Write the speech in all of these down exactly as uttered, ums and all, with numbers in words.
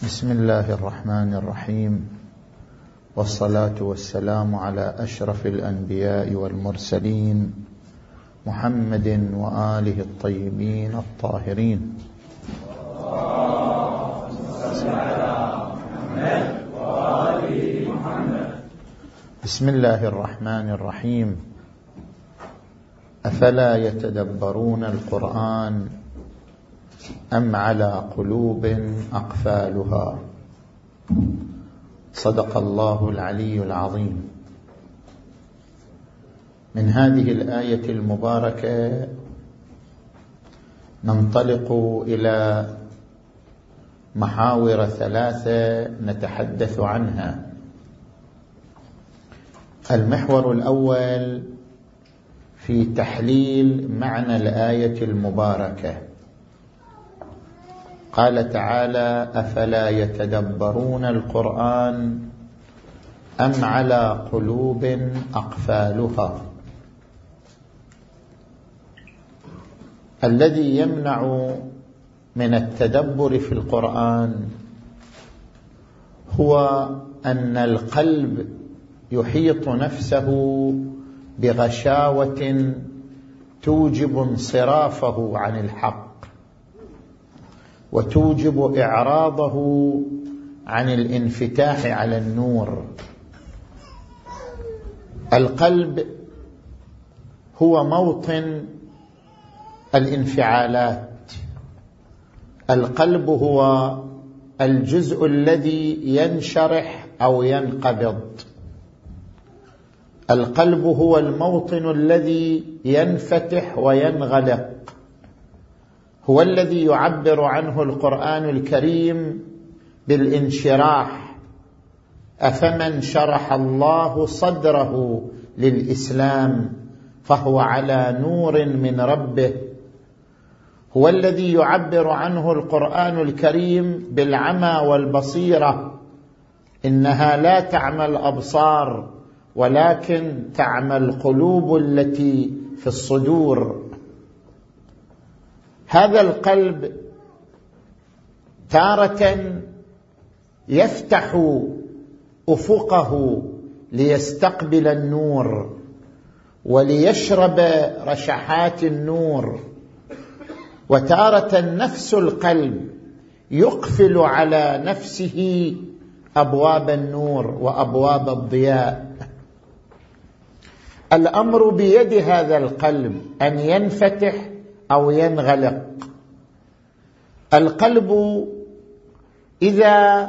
بسم الله الرحمن الرحيم، والصلاة والسلام على أشرف الأنبياء والمرسلين محمد وآله الطيبين الطاهرين. بسم الله الرحمن الرحيم. أفلا يتدبرون القرآن أم على قلوب أقفالها؟ صدق الله العلي العظيم. من هذه الآية المباركة ننطلق إلى محاور ثلاثة نتحدث عنها. المحور الأول في تحليل معنى الآية المباركة. قال تعالى: أفلا يتدبرون القرآن أم على قلوب أقفالها؟ الذي يمنع من التدبر في القرآن هو أن القلب يحيط نفسه بغشاوة توجب انصرافه عن الحق، وتوجب إعراضه عن الانفتاح على النور. القلب هو موطن الانفعالات، القلب هو الجزء الذي ينشرح أو ينقبض، القلب هو الموطن الذي ينفتح وينغلق، هو الذي يعبر عنه القرآن الكريم بالانشراح. أفمن شرح الله صدره للإسلام فهو على نور من ربه، هو الذي يعبر عنه القرآن الكريم بالعمى والبصيرة. إنها لا تعمى الأبصار ولكن تعمى القلوب التي في الصدور. هذا القلب تارة يفتح أفقه ليستقبل النور وليشرب رشحات النور، وتارة نفس القلب يقفل على نفسه أبواب النور وأبواب الضياء. الأمر بيد هذا القلب أن ينفتح أو ينغلق. القلب إذا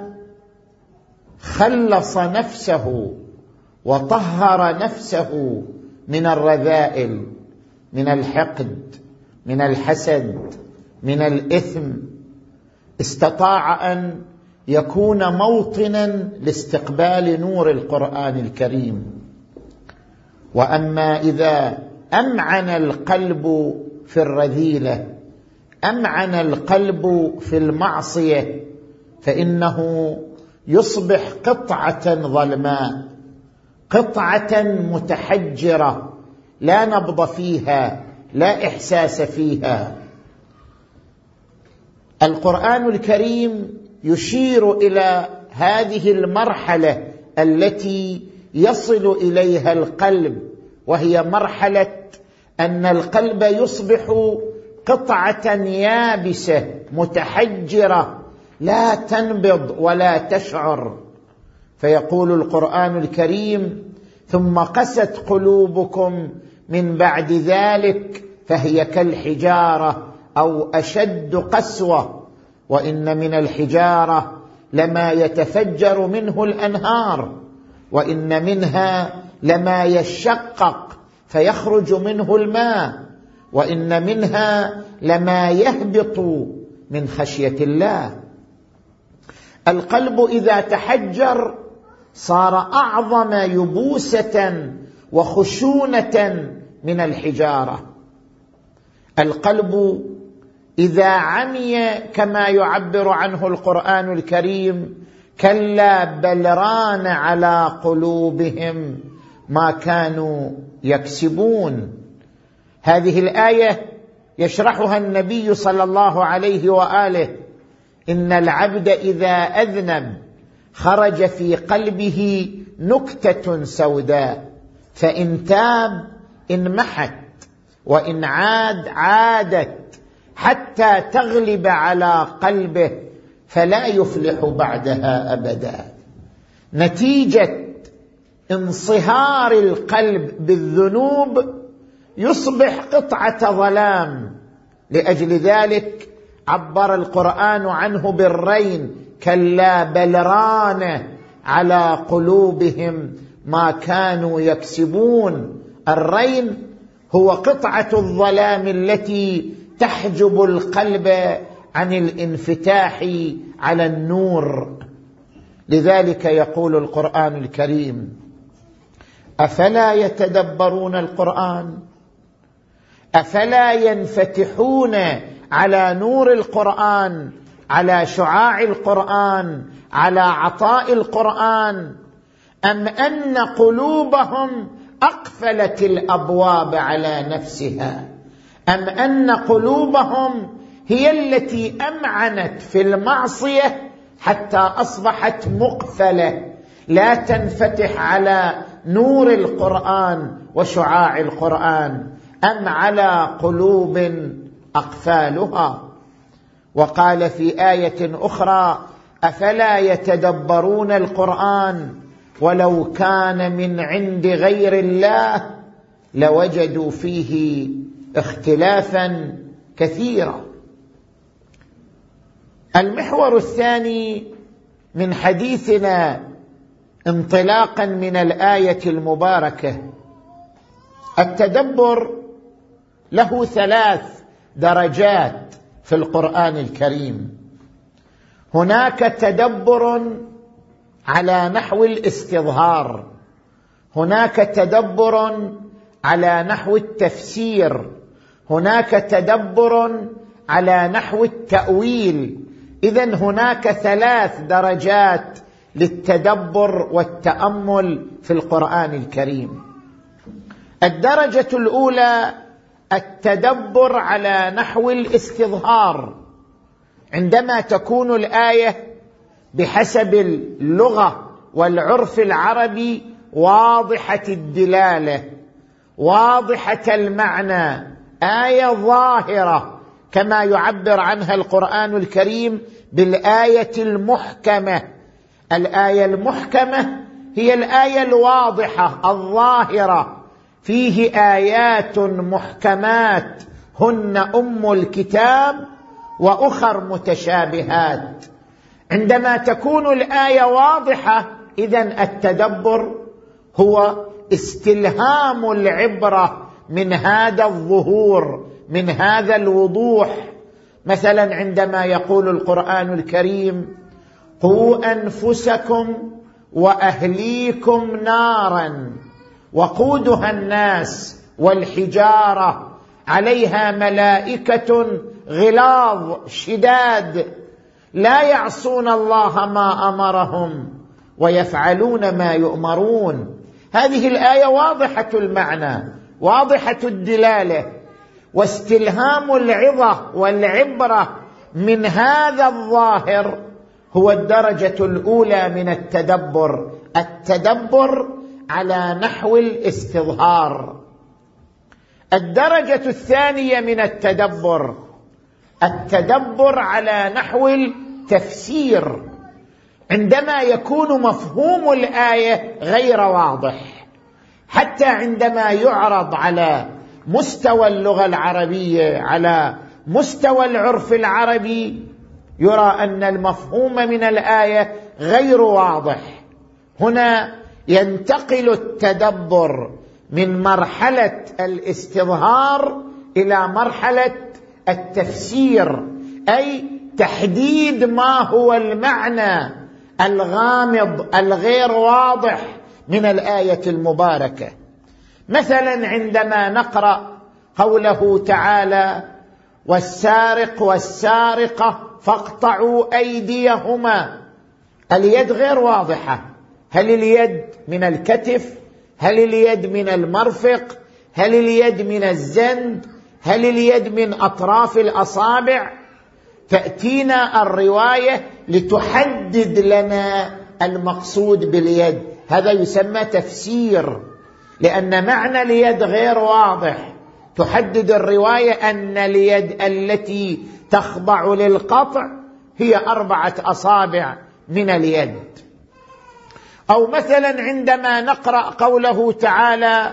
خلص نفسه وطهر نفسه من الرذائل، من الحقد، من الحسد، من الإثم، استطاع أن يكون موطنا لاستقبال نور القرآن الكريم. وأما إذا أمعن القلب في الرذيلة، أمعن القلب في المعصية، فإنه يصبح قطعة ظلماء، قطعة متحجرة لا نبض فيها، لا إحساس فيها. القرآن الكريم يشير إلى هذه المرحلة التي يصل إليها القلب، وهي مرحلة أن القلب يصبح قطعة يابسة متحجرة لا تنبض ولا تشعر. فيقول القرآن الكريم: ثم قست قلوبكم من بعد ذلك فهي كالحجارة أو أشد قسوة، وإن من الحجارة لما يتفجر منه الأنهار، وإن منها لما يشقق فيخرج منه الماء، وإن منها لما يهبط من خشية الله. القلب إذا تحجر صار أعظم يبوسة وخشونة من الحجارة. القلب إذا عمي كما يعبر عنه القرآن الكريم: كلا بل ران على قلوبهم ما كانوا يكسبون. هذه الآية يشرحها النبي صلى الله عليه وآله إن العبد إذا أذنب خرج في قلبه نكتة سوداء، فإن تاب انمحت، وإن عاد عادت، حتى تغلب على قلبه فلا يفلح بعدها أبدا. نتيجة انصهار القلب بالذنوب يصبح قطعة ظلام. لأجل ذلك عبر القرآن عنه بالرين: كلا بل ران على قلوبهم ما كانوا يكسبون. الرين هو قطعة الظلام التي تحجب القلب عن الانفتاح على النور. لذلك يقول القرآن الكريم: أفلا يتدبرون القرآن؟ أفلا ينفتحون على نور القرآن، على شعاع القرآن، على عطاء القرآن؟ أم أن قلوبهم أقفلت الأبواب على نفسها؟ أم أن قلوبهم هي التي أمعنت في المعصية حتى أصبحت مقفلة لا تنفتح على نور القرآن وشعاع القرآن؟ أم على قلوب أقفالها؟ وقال في آية أخرى: أفلا يتدبرون القرآن ولو كان من عند غير الله لوجدوا فيه اختلافا كثيرا. المحور الثاني من حديثنا انطلاقا من الآية المباركة: التدبر له ثلاث درجات في القرآن الكريم. هناك تدبر على نحو الاستظهار، هناك تدبر على نحو التفسير، هناك تدبر على نحو التأويل. إذن هناك ثلاث درجات للتدبر والتأمل في القرآن الكريم. الدرجة الأولى التدبر على نحو الاستظهار، عندما تكون الآية بحسب اللغة والعرف العربي واضحة الدلالة، واضحة المعنى، آية ظاهرة، كما يعبر عنها القرآن الكريم بالآية المحكمة. الآية المحكمة هي الآية الواضحة الظاهرة: فيه آيات محكمات هن أم الكتاب وأخر متشابهات. عندما تكون الآية واضحة، إذن التدبر هو استلهام العبرة من هذا الظهور، من هذا الوضوح. مثلا عندما يقول القرآن الكريم: قوا أنفسكم وأهليكم نارا وقودها الناس والحجارة عليها ملائكة غلاظ شداد لا يعصون الله ما أمرهم ويفعلون ما يؤمرون. هذه الآية واضحة المعنى، واضحة الدلالة، واستلهام العظة والعبرة من هذا الظاهر هو الدرجة الأولى من التدبر، التدبر على نحو الاستظهار. الدرجة الثانية من التدبر التدبر على نحو التفسير، عندما يكون مفهوم الآية غير واضح، حتى عندما يعرض على مستوى اللغة العربية، على مستوى العرف العربي، يرى أن المفهوم من الآية غير واضح. هنا ينتقل التدبر من مرحلة الاستظهار إلى مرحلة التفسير، أي تحديد ما هو المعنى الغامض الغير واضح من الآية المباركة. مثلا عندما نقرأ قوله تعالى: والسارق والسارقة فاقطعوا أيديهما، اليد غير واضحة، هل اليد من الكتف؟ هل اليد من المرفق؟ هل اليد من الزند؟ هل اليد من أطراف الأصابع؟ تأتينا الرواية لتحدد لنا المقصود باليد، هذا يسمى تفسير، لأن معنى اليد غير واضح. تحدد الرواية أن اليد التي تخضع للقطع هي أربعة أصابع من اليد. أو مثلا عندما نقرأ قوله تعالى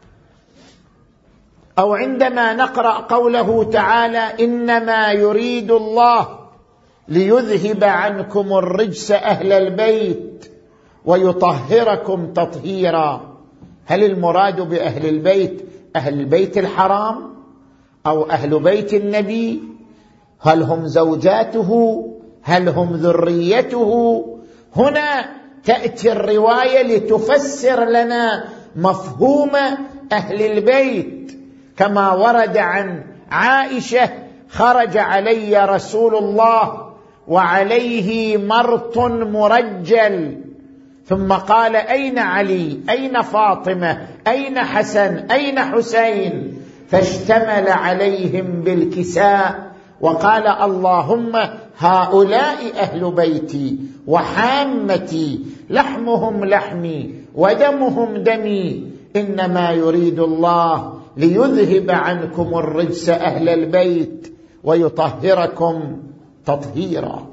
أو عندما نقرأ قوله تعالى إنما يريد الله ليذهب عنكم الرجس أهل البيت ويطهركم تطهيرا، هل المراد بأهل البيت أهل البيت الحرام أو أهل بيت النبي؟ هل هم زوجاته؟ هل هم ذريته؟ هنا تأتي الرواية لتفسر لنا مفهوم أهل البيت، كما ورد عن عائشة: خرج علي رسول الله وعليه مرط مرجل، ثم قال: أين علي؟ أين فاطمة؟ أين حسن؟ أين حسين؟ فاشتمل عليهم بالكساء وقال: اللهم هؤلاء أهل بيتي وحامتي، لحمهم لحمي ودمهم دمي، إنما يريد الله ليذهب عنكم الرجس أهل البيت ويطهركم تطهيرا.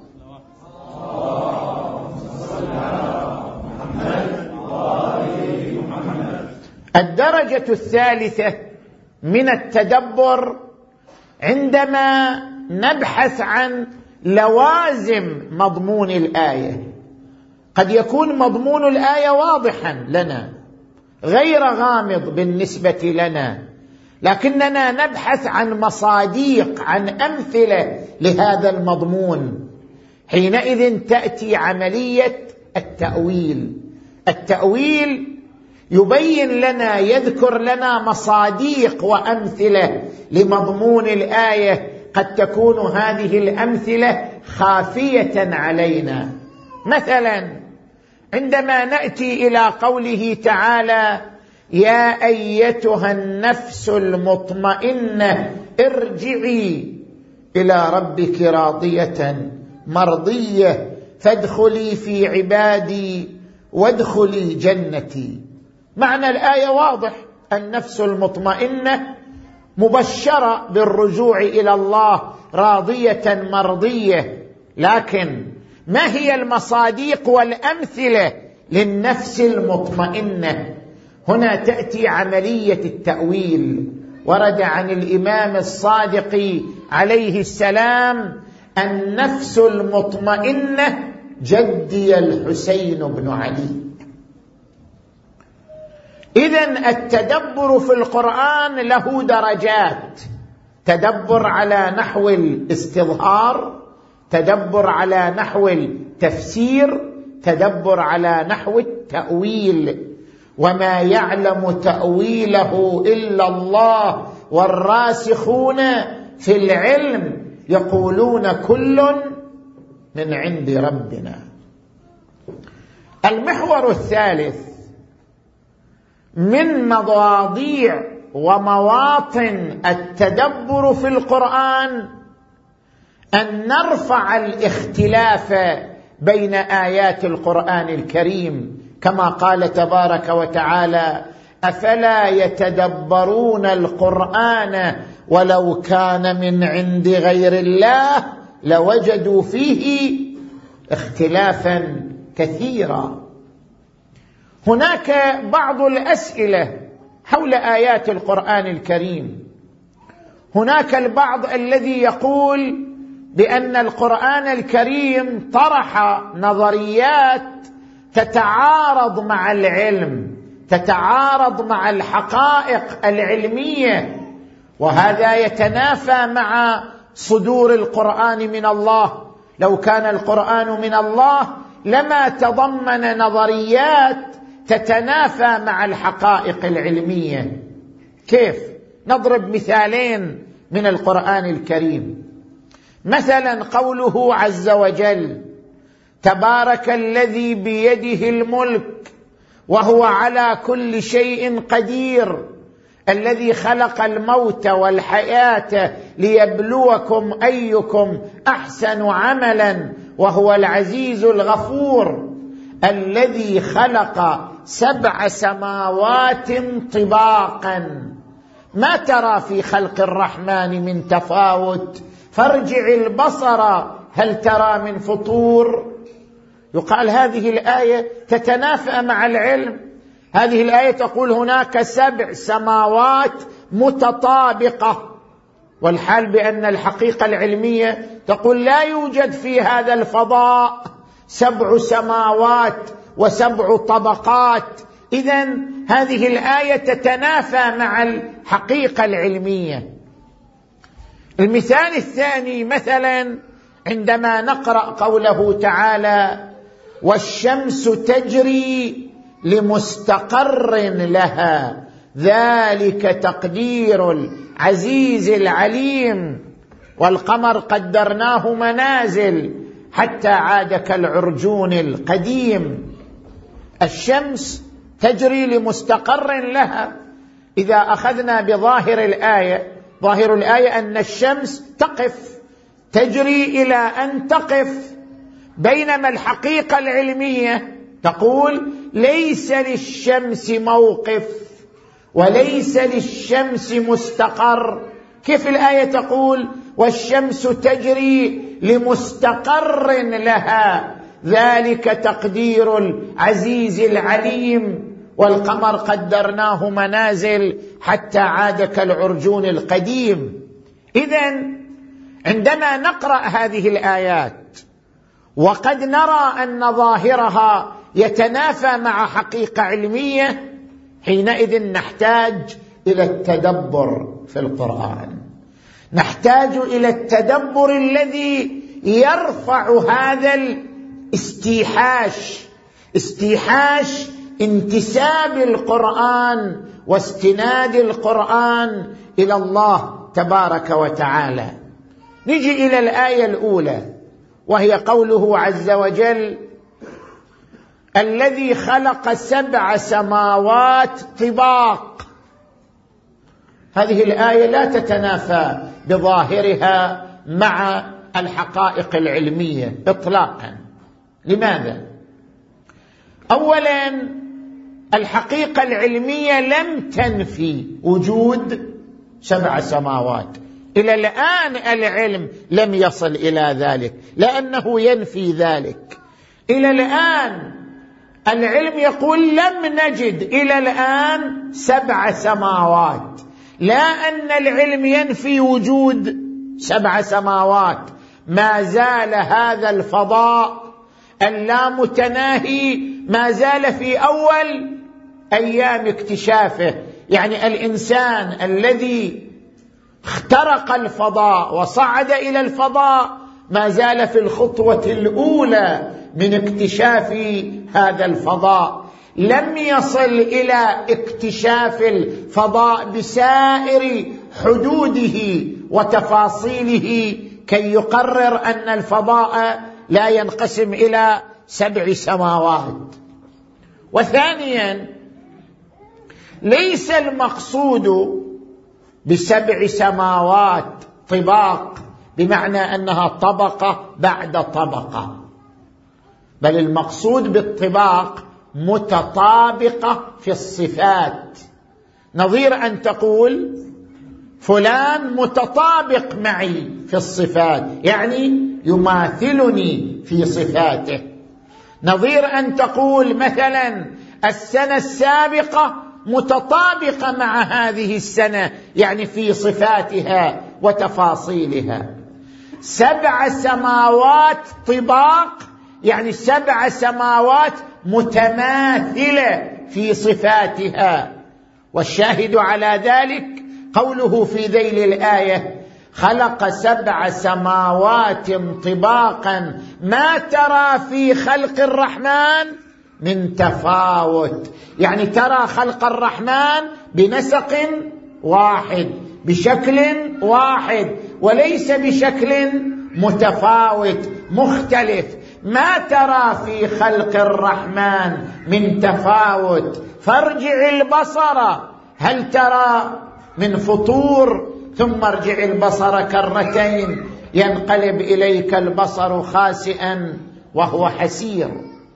الدرجة الثالثة من التدبر عندما نبحث عن لوازم مضمون الآية. قد يكون مضمون الآية واضحا لنا غير غامض بالنسبة لنا، لكننا نبحث عن مصاديق، عن أمثلة لهذا المضمون. حينئذ تأتي عملية التأويل. التأويل يبين لنا، يذكر لنا مصاديق وأمثلة لمضمون الآية، قد تكون هذه الأمثلة خافية علينا. مثلا عندما نأتي إلى قوله تعالى: يا أيتها النفس المطمئنة ارجعي إلى ربك راضية مرضية فادخلي في عبادي وادخلي جنتي. معنى الآية واضح، النفس المطمئنة مبشرة بالرجوع إلى الله راضية مرضية، لكن ما هي المصاديق والأمثلة للنفس المطمئنة؟ هنا تأتي عملية التأويل. ورد عن الإمام الصادق عليه السلام: النفس المطمئنة جدي الحسين بن علي. إذن التدبر في القرآن له درجات: تدبر على نحو الاستظهار، تدبر على نحو التفسير، تدبر على نحو التأويل. وما يعلم تأويله إلا الله والراسخون في العلم يقولون كل من عند ربنا. المحور الثالث من مواضيع ومواطن التدبر في القرآن أن نرفع الاختلاف بين آيات القرآن الكريم، كما قال تبارك وتعالى: أفلا يتدبرون القرآن ولو كان من عند غير الله لوجدوا فيه اختلافا كثيرا. هناك بعض الأسئلة حول آيات القرآن الكريم. هناك البعض الذي يقول بأن القرآن الكريم طرح نظريات تتعارض مع العلم، تتعارض مع الحقائق العلمية، وهذا يتنافى مع صدور القرآن من الله. لو كان القرآن من الله لما تضمن نظريات تتنافى مع الحقائق العلمية. كيف؟ نضرب مثالين من القرآن الكريم. مثلا قوله عز وجل: تبارك الذي بيده الملك وهو على كل شيء قدير الذي خلق الموت والحياة ليبلوكم أيكم أحسن عملا وهو العزيز الغفور، الذي خلق سبع سماوات طباقا ما ترى في خلق الرحمن من تفاوت فارجع البصر هل ترى من فطور. يقال هذه الآية تتنافى مع العلم. هذه الآية تقول هناك سبع سماوات متطابقة، والحال بأن الحقيقة العلمية تقول لا يوجد في هذا الفضاء سبع سماوات وسبع طبقات. إذن هذه الآية تتنافى مع الحقيقة العلمية. المثال الثاني مثلا عندما نقرأ قوله تعالى والشمس تجري لمستقر لها ذلك تقدير العزيز العليم والقمر قدرناه منازل حتى عاد كالعرجون القديم. الشمس تجري لمستقر لها. إذا أخذنا بظاهر الآية، ظاهر الآية أن الشمس تقف، تجري إلى أن تقف، بينما الحقيقة العلمية تقول ليس للشمس موقف وليس للشمس مستقر. كيف الآية تقول والشمس تجري لمستقر لها ذلك تقدير العزيز العليم والقمر قدرناه منازل حتى عاد كالعرجون القديم؟ إذن عندما نقرأ هذه الآيات وقد نرى أن ظاهرها يتنافى مع حقيقة علمية، حينئذ نحتاج إلى التدبر في القرآن، نحتاج إلى التدبر الذي يرفع هذا الاستيحاش، استيحاش انتساب القرآن واستناد القرآن إلى الله تبارك وتعالى. نجي إلى الآية الأولى وهي قوله عز وجل الذي خلق سبع سماوات طباق. هذه الآية لا تتنافى بظاهرها مع الحقائق العلمية إطلاقا. لماذا؟ أولا الحقيقة العلمية لم تنفي وجود سبع سماوات، إلى الآن العلم لم يصل إلى ذلك لأنه ينفي ذلك. إلى الآن العلم يقول لم نجد إلى الآن سبع سماوات، لا أن العلم ينفي وجود سبع سماوات، ما زال هذا الفضاء اللامتناهي ما زال في أول أيام اكتشافه. يعني الإنسان الذي اخترق الفضاء وصعد إلى الفضاء ما زال في الخطوة الأولى من اكتشاف هذا الفضاء، لم يصل إلى اكتشاف الفضاء بسائر حدوده وتفاصيله كي يقرر أن الفضاء لا ينقسم إلى سبع سماوات. وثانيا ليس المقصود بسبع سماوات طباق بمعنى أنها طبقة بعد طبقة، بل المقصود بالطباق متطابقة في الصفات، نظير أن تقول فلان متطابق معي في الصفات يعني يماثلني في صفاته، نظير أن تقول مثلا السنة السابقة متطابقة مع هذه السنة يعني في صفاتها وتفاصيلها. سبع سماوات طباق يعني سبع سماوات متماثلة في صفاتها. والشاهد على ذلك قوله في ذيل الآية خلق سبع سماوات طباقا ما ترى في خلق الرحمن من تفاوت، يعني ترى خلق الرحمن بنسق واحد بشكل واحد وليس بشكل متفاوت مختلف. ما ترى في خلق الرحمن من تفاوت فارجع البصر هل ترى من فطور؟ ثم ارجع البصر كرتين ينقلب إليك البصر خاسئا وهو حسير.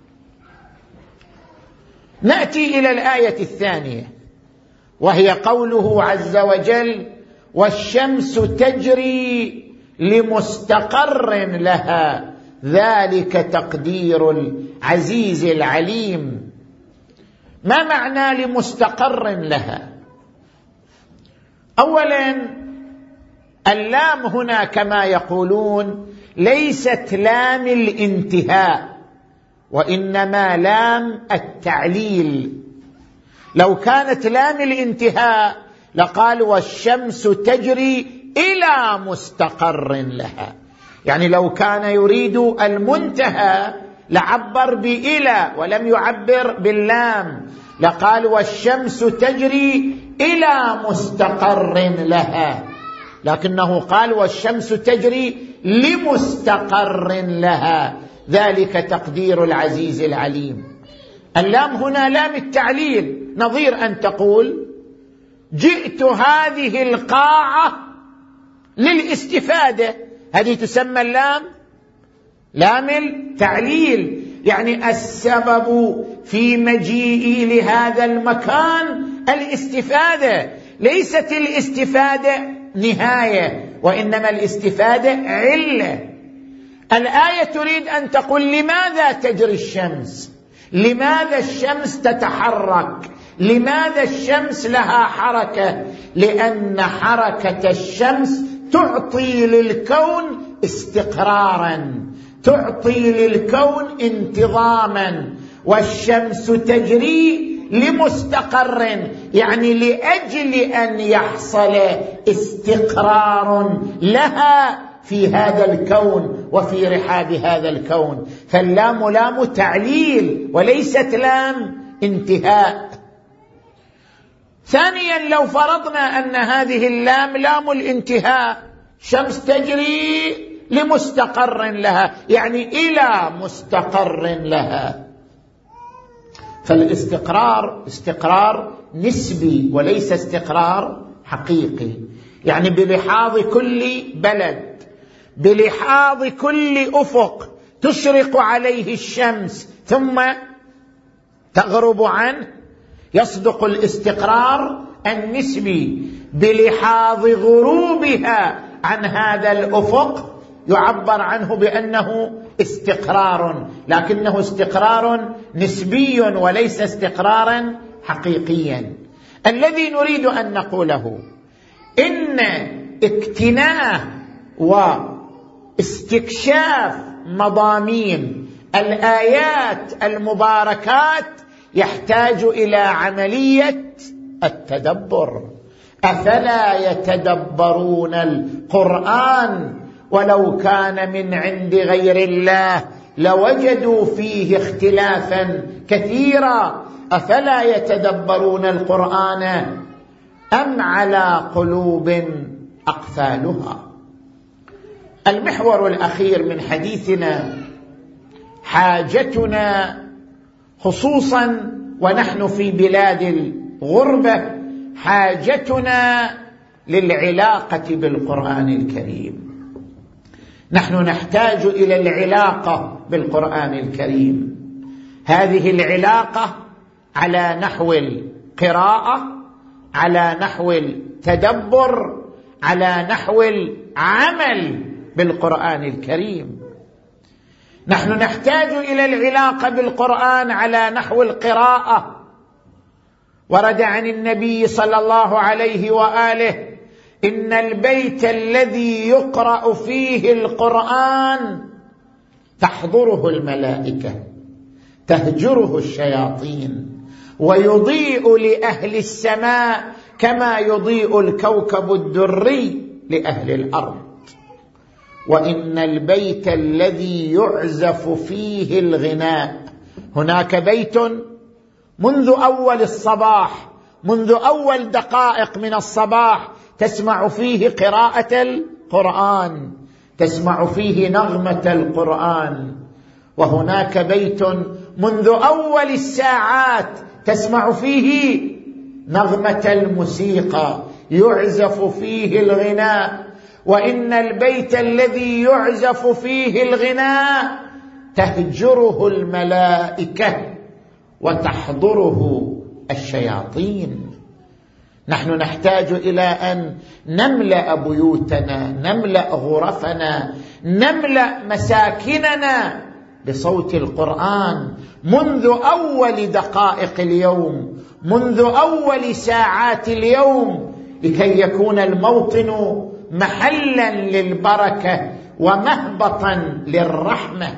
نأتي إلى الآية الثانية، وهي قوله عز وجل: والشمس تجري لمستقر لها ذلك تقدير العزيز العليم. ما معنى لمستقر لها؟ أولا، اللام هنا كما يقولون ليست لام الانتهاء، وإنما لام التعليل. لو كانت لام الانتهاء لقال والشمس تجري إلى مستقر لها، يعني لو كان يريد المنتهى لعبر بإلى ولم يعبر باللام، لقال والشمس تجري إلى مستقر لها، لكنه قال والشمس تجري لمستقر لها ذلك تقدير العزيز العليم. اللام هنا لام التعليل، نظير أن تقول جئت هذه القاعة للاستفادة، هذه تسمى اللام لام التعليل، يعني السبب في مجيئي لهذا المكان الاستفادة، ليست الاستفادة نهاية وإنما الاستفادة علة. الآية تريد أن تقول لماذا تجري الشمس، لماذا الشمس تتحرك، لماذا الشمس لها حركة؟ لأن حركة الشمس تعطي للكون استقرارا، تعطي للكون انتظاما. والشمس تجري لمستقر، يعني لأجل أن يحصل استقرار لها في هذا الكون وفي رحاب هذا الكون. فاللام لام تعليل وليست لام انتهاء. ثانيا، لو فرضنا أن هذه اللام لام الانتهاء، شمس تجري لمستقر لها يعني إلى مستقر لها، فالاستقرار استقرار نسبي وليس استقرار حقيقي، يعني بلحاظ كل بلد، بلحاظ كل أفق تشرق عليه الشمس ثم تغرب عنه، يصدق الاستقرار النسبي. بلحاظ غروبها عن هذا الأفق يعبر عنه بأنه استقرار، لكنه استقرار نسبي وليس استقرارا حقيقيا. الذي نريد أن نقوله إن اكتناء واستكشاف مضامين الآيات المباركات يحتاج إلى عملية التدبر. أفلا يتدبرون القرآن ولو كان من عند غير الله لوجدوا فيه اختلافا كثيرا أفلا يتدبرون القرآن أم على قلوب أقفالها. المحور الأخير من حديثنا حاجتنا خصوصا ونحن في بلاد الغربة، حاجتنا للعلاقة بالقرآن الكريم. نحن نحتاج إلى العلاقة بالقرآن الكريم. هذه العلاقة على نحو القراءة، على نحو التدبر، على نحو العمل بالقرآن الكريم. نحن نحتاج إلى العلاقة بالقرآن على نحو القراءة. ورد عن النبي صلى الله عليه وآله إن البيت الذي يقرأ فيه القرآن تحضره الملائكة، تهجره الشياطين، ويضيء لأهل السماء كما يضيء الكوكب الدري لأهل الأرض. وإن البيت الذي يعزف فيه الغناء، هناك بيت منذ أول الصباح، منذ أول دقائق من الصباح تسمع فيه قراءة القرآن، تسمع فيه نغمة القرآن. وهناك بيت منذ أول الساعات تسمع فيه نغمة الموسيقى يعزف فيه الغناء، وإن البيت الذي يعزف فيه الغناء تهجره الملائكة وتحضره الشياطين. نحن نحتاج إلى أن نملأ بيوتنا، نملأ غرفنا، نملأ مساكننا بصوت القرآن منذ أول دقائق اليوم، منذ أول ساعات اليوم، لكي يكون الموطن محلا للبركة ومهبطا للرحمة.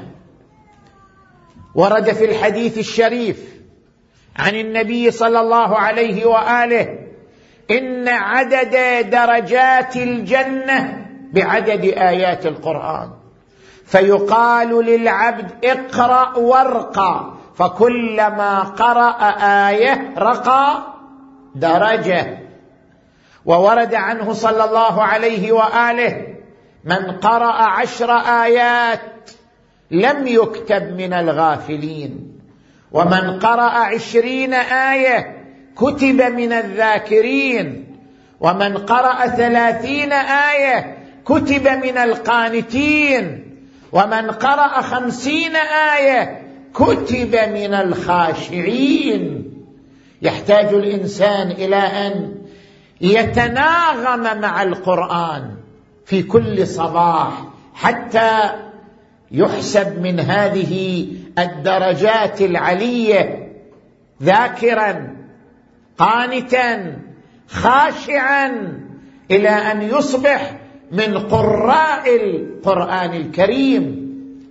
ورد في الحديث الشريف عن النبي صلى الله عليه وآله إن عدد درجات الجنة بعدد آيات القرآن، فيقال للعبد اقرأ وارقى، فكلما قرأ آية رقى درجة. وورد عنه صلى الله عليه وآله من قرأ عشر آيات لم يكتب من الغافلين، ومن قرأ عشرين آية كتب من الذاكرين، ومن قرأ ثلاثين آية كتب من القانتين، ومن قرأ خمسين آية كتب من الخاشعين. يحتاج الإنسان إلى أن يتناغم مع القرآن في كل صباح حتى يحسب من هذه الدرجات العلية، ذاكرا قانتا خاشعا، إلى أن يصبح من قراء القرآن الكريم.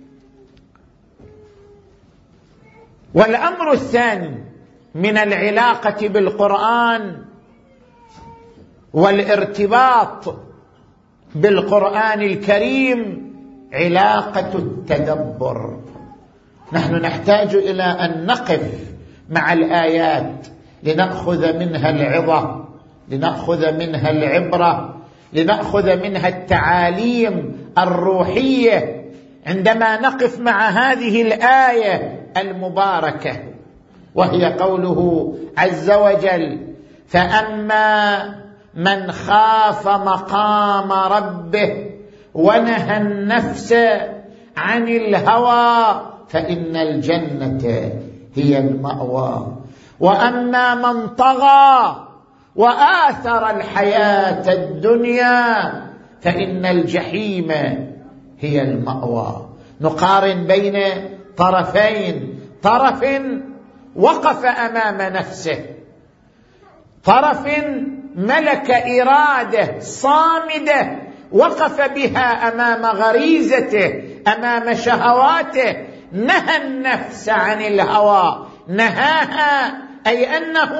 والأمر الثاني من العلاقة بالقرآن والارتباط بالقرآن الكريم علاقة التدبر. نحن نحتاج إلى أن نقف مع الآيات لنأخذ منها العظة، لنأخذ منها العبرة، لنأخذ منها التعاليم الروحية. عندما نقف مع هذه الآية المباركة وهي قوله عز وجل فأما من خاف مقام ربه ونهى النفس عن الهوى فإن الجنة هي المأوى، وأما من طغى وآثر الحياة الدنيا فإن الجحيم هي المأوى. نقارن بين طرفين، طرف وقف أمام نفسه، طرف ملك إرادة صامدة وقف بها أمام غريزته، أمام شهواته، نهى النفس عن الهوى، نهاها أي أنه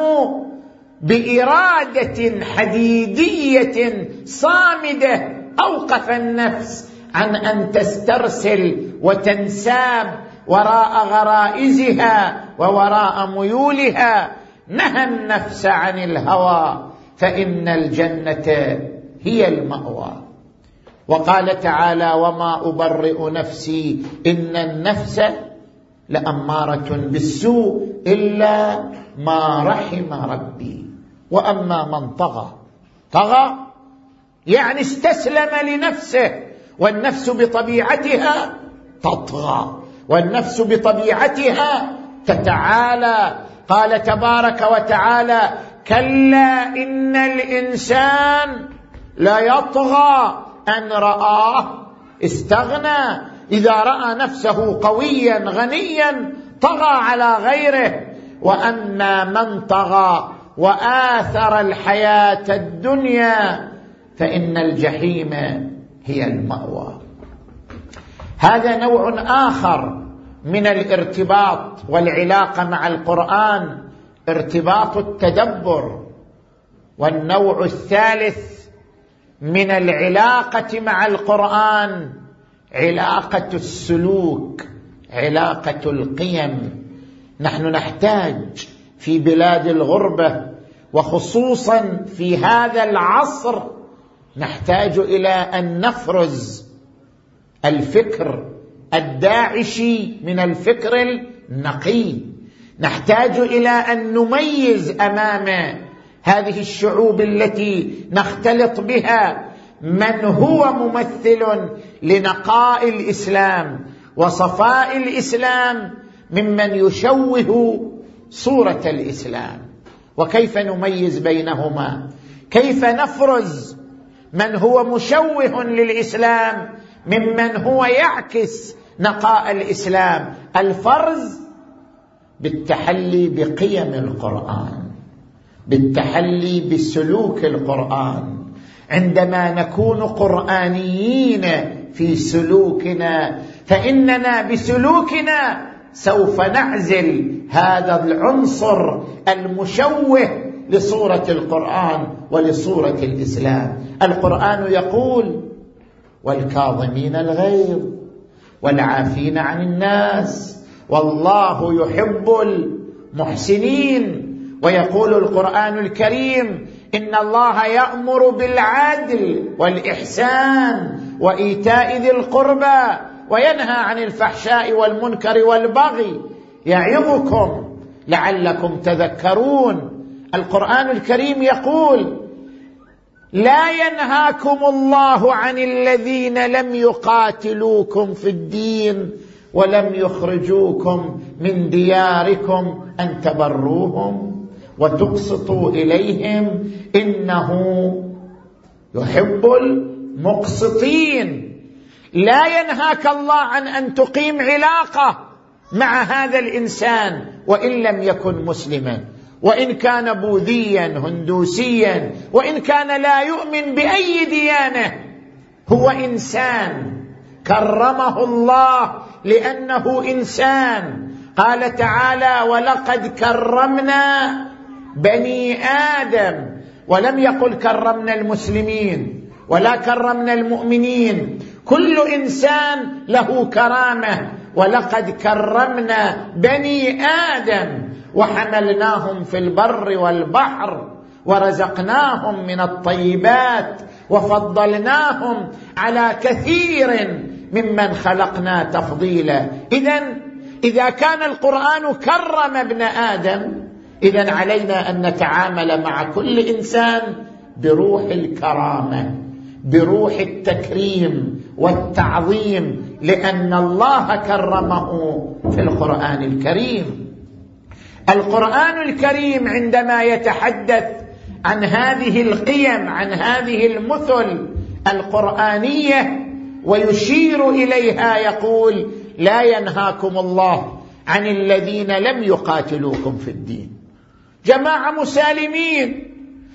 بإرادة حديدية صامدة أوقف النفس عن أن تسترسل وتنساب وراء غرائزها ووراء ميولها، نهى النفس عن الهوى فإن الجنة هي المأوى. وقال تعالى وما أبرئ نفسي إن النفس لأمارة بالسوء إلا ما رحم ربي. وأما من طغى، طغى يعني استسلم لنفسه، والنفس بطبيعتها تطغى، والنفس بطبيعتها تتعالى. قال تبارك وتعالى كلا إن الإنسان لا يطغى أن رآه استغنى. إذا رأى نفسه قويا غنيا طغى على غيره. وأما من طغى وآثر الحياة الدنيا فإن الجحيم هي المأوى. هذا نوع آخر من الارتباط والعلاقة مع القرآن، ارتباط التدبر. والنوع الثالث من العلاقة مع القرآن علاقة السلوك، علاقة القيم. نحن نحتاج في بلاد الغربة وخصوصا في هذا العصر نحتاج إلى أن نفرز الفكر الداعشي من الفكر النقي. نحتاج إلى أن نميز أمام هذه الشعوب التي نختلط بها من هو ممثل لنقاء الإسلام وصفاء الإسلام ممن يشوه صورة الإسلام. وكيف نميز بينهما؟ كيف نفرز من هو مشوه للإسلام ممن هو يعكس نقاء الإسلام؟ الفرز بالتحلي بقيم القرآن، بالتحلي بسلوك القرآن. عندما نكون قرآنيين في سلوكنا فإننا بسلوكنا سوف نعزل هذا العنصر المشوه لصورة القرآن ولصورة الإسلام. القرآن يقول: والكاظمين الغيظ والعافين عن الناس والله يحب المحسنين. ويقول القرآن الكريم: إن الله يأمر بالعدل والإحسان وإيتاء ذي القربى وينهى عن الفحشاء والمنكر والبغي يعظكم لعلكم تذكرون. القرآن الكريم يقول: لا ينهاكم الله عن الذين لم يقاتلوكم في الدين ولم يخرجوكم من دياركم أن تبروهم وتقسطوا إليهم إنه يحب المقسطين. لا ينهاك الله عن أن تقيم علاقة مع هذا الإنسان وإن لم يكن مسلما، وإن كان بوذيا هندوسيا، وإن كان لا يؤمن بأي ديانة، هو إنسان كرمه الله لأنه إنسان. قال تعالى: ولقد كرمنا بني آدم، ولم يقل كرمنا المسلمين ولا كرمنا المؤمنين، كل إنسان له كرامة. ولقد كرمنا بني آدم وحملناهم في البر والبحر ورزقناهم من الطيبات وفضلناهم على كثير ممن خلقنا تفضيلا. إذن إذا كان القرآن كرم ابن آدم، إذن علينا أن نتعامل مع كل إنسان بروح الكرامة، بروح التكريم والتعظيم، لأن الله كرمه في القرآن الكريم. القرآن الكريم عندما يتحدث عن هذه القيم، عن هذه المثل القرآنية ويشير إليها، يقول: لا ينهاكم الله عن الذين لم يقاتلوكم في الدين. جماعة مسالمين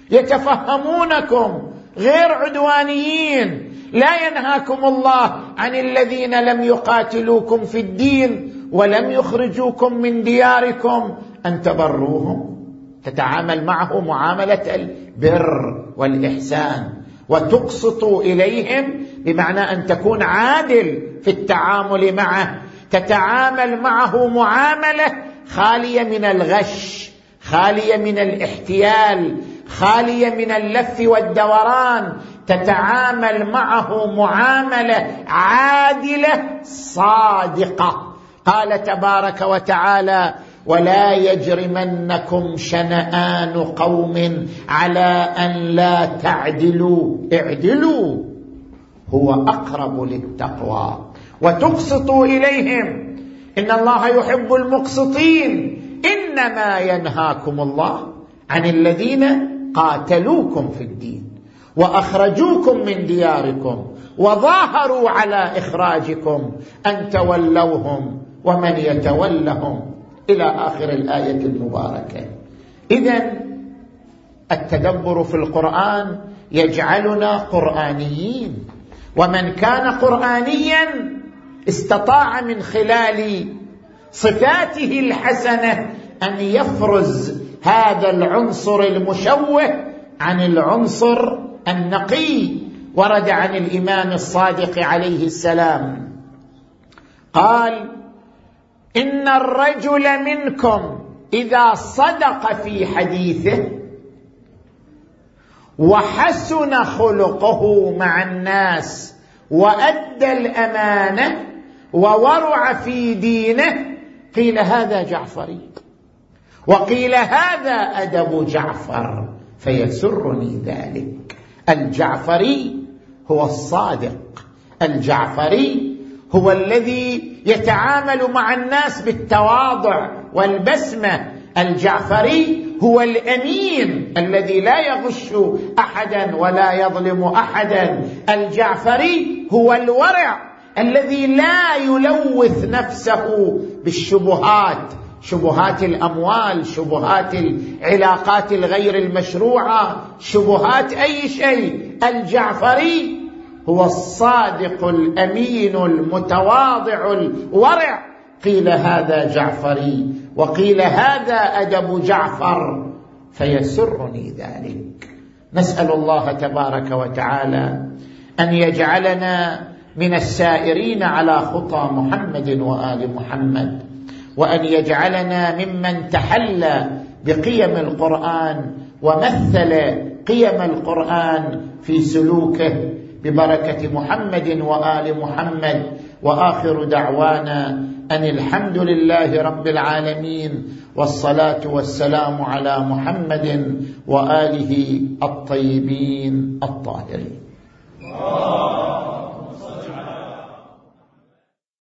يتفهمونكم، غير عدوانيين. لا ينهاكم الله عن الذين لم يقاتلوكم في الدين ولم يخرجوكم من دياركم أن تبروهم، تتعامل معه معاملة البر والإحسان، وتقسطوا إليهم بمعنى أن تكون عادل في التعامل معه، تتعامل معه معاملة خالية من الغش، خالية من الاحتيال، خالية من اللف والدوران، تتعامل معه معاملة عادلة صادقة. قال تبارك وتعالى: ولا يجرمنكم شنآن قوم على أن لا تعدلوا اعدلوا هو أقرب للتقوى وتقسطوا إليهم إن الله يحب المقسطين. إنما ينهاكم الله عن الذين قاتلوكم في الدين وأخرجوكم من دياركم وظاهروا على إخراجكم أن تولوهم ومن يتولهم، إلى آخر الآية المباركة. إذن التدبر في القرآن يجعلنا قرآنيين، ومن كان قرآنيا استطاع من خلال صفاته الحسنة أن يفرز هذا العنصر المشوه عن العنصر النقي. ورد عن الإمام الصادق عليه السلام قال: إن الرجل منكم إذا صدق في حديثه وحسن خلقه مع الناس وأدى الأمانة وورع في دينه قيل هذا جعفري، وقيل هذا أدب جعفر، فيسرني ذلك. الجعفري هو الصادق، الجعفري هو الذي يتعامل مع الناس بالتواضع والبسمة، الجعفري هو الأمين الذي لا يغش أحدا ولا يظلم أحدا، الجعفري هو الورع الذي لا يلوث نفسه بالشبهات، شبهات الأموال، شبهات العلاقات الغير المشروعة، شبهات أي شيء. الجعفري هو الصادق الأمين المتواضع الورع. قيل هذا جعفري وقيل هذا أدب جعفر، فيسرني ذلك. نسأل الله تبارك وتعالى أن يجعلنا من السائرين على خطى محمد وآل محمد، وأن يجعلنا ممن تحلى بقيم القرآن ومثل قيم القرآن في سلوكه ببركة محمد وآل محمد. وآخر دعوانا أن الحمد لله رب العالمين، والصلاة والسلام على محمد وآله الطيبين الطاهرين.